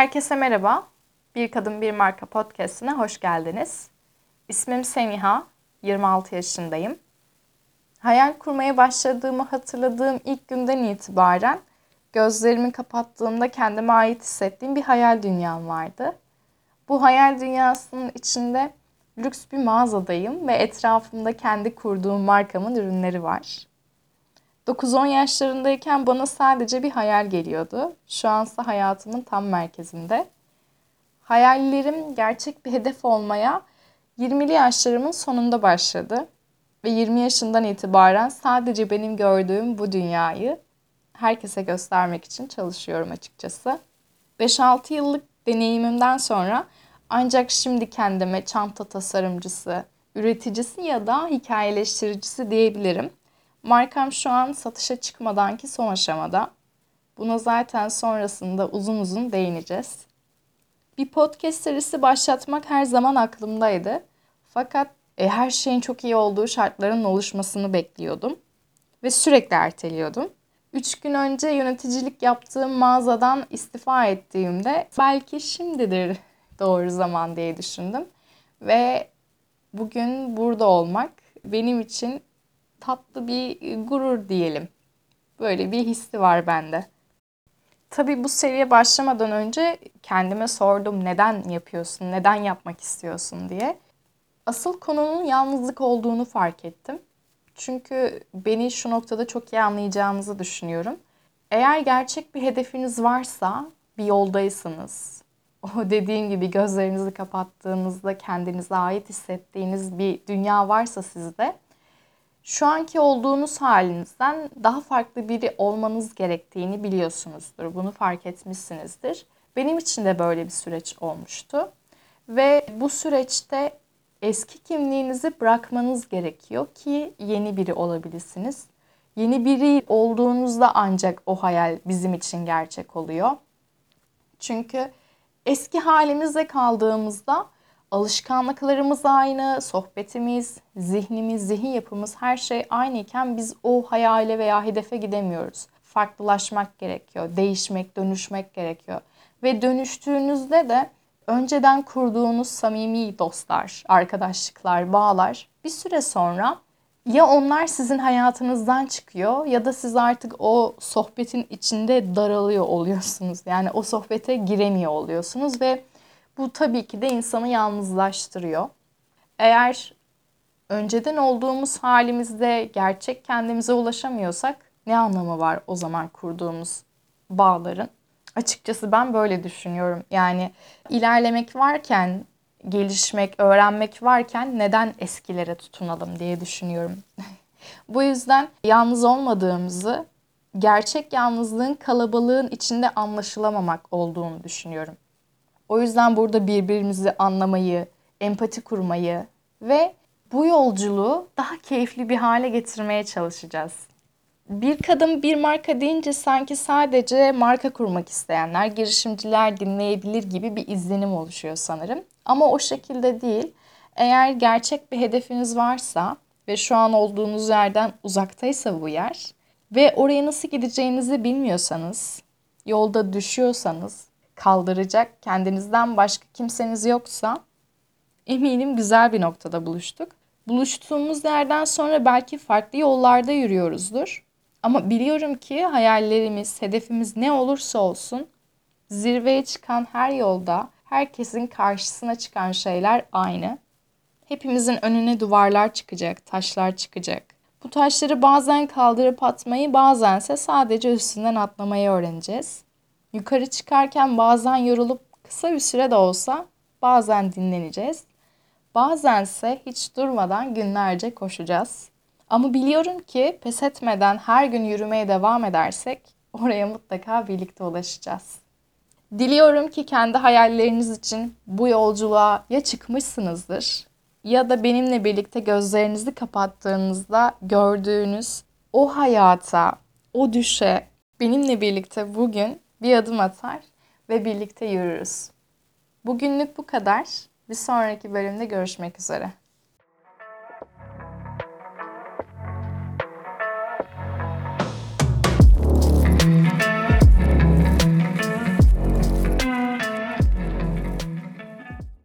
Herkese merhaba. Bir Kadın Bir Marka podcast'ine hoş geldiniz. İsmim Semiha, 26 yaşındayım. Hayal kurmaya başladığımı hatırladığım ilk günden itibaren gözlerimi kapattığımda kendime ait hissettiğim bir hayal dünyam vardı. Bu hayal dünyasının içinde lüks bir mağazadayım ve etrafımda kendi kurduğum markamın ürünleri var. 9-10 yaşlarındayken bana sadece bir hayal geliyordu. Şu ansa hayatımın tam merkezinde. Hayallerim gerçek bir hedef olmaya 20'li yaşlarımın sonunda başladı. Ve 20 yaşından itibaren sadece benim gördüğüm bu dünyayı herkese göstermek için çalışıyorum açıkçası. 5-6 yıllık deneyimimden sonra ancak şimdi kendime çanta tasarımcısı, üreticisi ya da hikayeleştiricisi diyebilirim. Markam şu an satışa çıkmadanki son aşamada. Buna zaten sonrasında uzun uzun değineceğiz. Bir podcast serisi başlatmak her zaman aklımdaydı. Fakat her şeyin çok iyi olduğu şartların oluşmasını bekliyordum. Ve sürekli erteliyordum. 3 gün önce yöneticilik yaptığım mağazadan istifa ettiğimde belki şimdidir doğru zaman diye düşündüm. Ve bugün burada olmak benim için tatlı bir gurur diyelim. Böyle bir hissi var bende. Tabii bu seriye başlamadan önce kendime sordum neden yapıyorsun, neden yapmak istiyorsun diye. Asıl konunun yalnızlık olduğunu fark ettim. Çünkü beni şu noktada çok iyi anlayacağınızı düşünüyorum. Eğer gerçek bir hedefiniz varsa, bir yoldaysanız, o dediğim gibi gözlerinizi kapattığınızda kendinize ait hissettiğiniz bir dünya varsa sizde, şu anki olduğunuz halinizden daha farklı biri olmanız gerektiğini biliyorsunuzdur. Bunu fark etmişsinizdir. Benim için de böyle bir süreç olmuştu. Ve bu süreçte eski kimliğinizi bırakmanız gerekiyor ki yeni biri olabilirsiniz. Yeni biri olduğunuzda ancak o hayal bizim için gerçek oluyor. Çünkü eski halimizde kaldığımızda alışkanlıklarımız aynı, sohbetimiz, zihnimiz, zihin yapımız her şey aynıyken biz o hayale veya hedefe gidemiyoruz. Farklılaşmak gerekiyor, değişmek, dönüşmek gerekiyor. Ve dönüştüğünüzde de önceden kurduğunuz samimi dostlar, arkadaşlıklar, bağlar bir süre sonra ya onlar sizin hayatınızdan çıkıyor ya da siz artık o sohbetin içinde daralıyor oluyorsunuz. Yani o sohbete giremiyor oluyorsunuz ve bu tabii ki de insanı yalnızlaştırıyor. Eğer önceden olduğumuz halimizde gerçek kendimize ulaşamıyorsak ne anlamı var o zaman kurduğumuz bağların? Açıkçası ben böyle düşünüyorum. Yani ilerlemek varken, gelişmek, öğrenmek varken neden eskilere tutunalım diye düşünüyorum. Bu yüzden yalnız olmadığımızı, gerçek yalnızlığın kalabalığın içinde anlaşılamamak olduğunu düşünüyorum. O yüzden burada birbirimizi anlamayı, empati kurmayı ve bu yolculuğu daha keyifli bir hale getirmeye çalışacağız. Bir kadın bir marka deyince sanki sadece marka kurmak isteyenler, girişimciler dinleyebilir gibi bir izlenim oluşuyor sanırım. Ama o şekilde değil. Eğer gerçek bir hedefiniz varsa ve şu an olduğunuz yerden uzaktaysa bu yer ve oraya nasıl gideceğinizi bilmiyorsanız, yolda düşüyorsanız, kaldıracak kendinizden başka kimseniz yoksa eminim güzel bir noktada buluştuk. Buluştuğumuz yerden sonra belki farklı yollarda yürüyoruzdur. Ama biliyorum ki hayallerimiz, hedefimiz ne olursa olsun zirveye çıkan her yolda herkesin karşısına çıkan şeyler aynı. Hepimizin önüne duvarlar çıkacak, taşlar çıkacak. Bu taşları bazen kaldırıp atmayı, bazense sadece üstünden atlamayı öğreneceğiz. Yukarı çıkarken bazen yorulup kısa bir süre de olsa bazen dinleneceğiz. Bazense hiç durmadan günlerce koşacağız. Ama biliyorum ki pes etmeden her gün yürümeye devam edersek oraya mutlaka birlikte ulaşacağız. Diliyorum ki kendi hayalleriniz için bu yolculuğa ya çıkmışsınızdır ya da benimle birlikte gözlerinizi kapattığınızda gördüğünüz o hayata, o düşe benimle birlikte bugün bir adım atar ve birlikte yürürüz. Bugünlük bu kadar. Bir sonraki bölümde görüşmek üzere.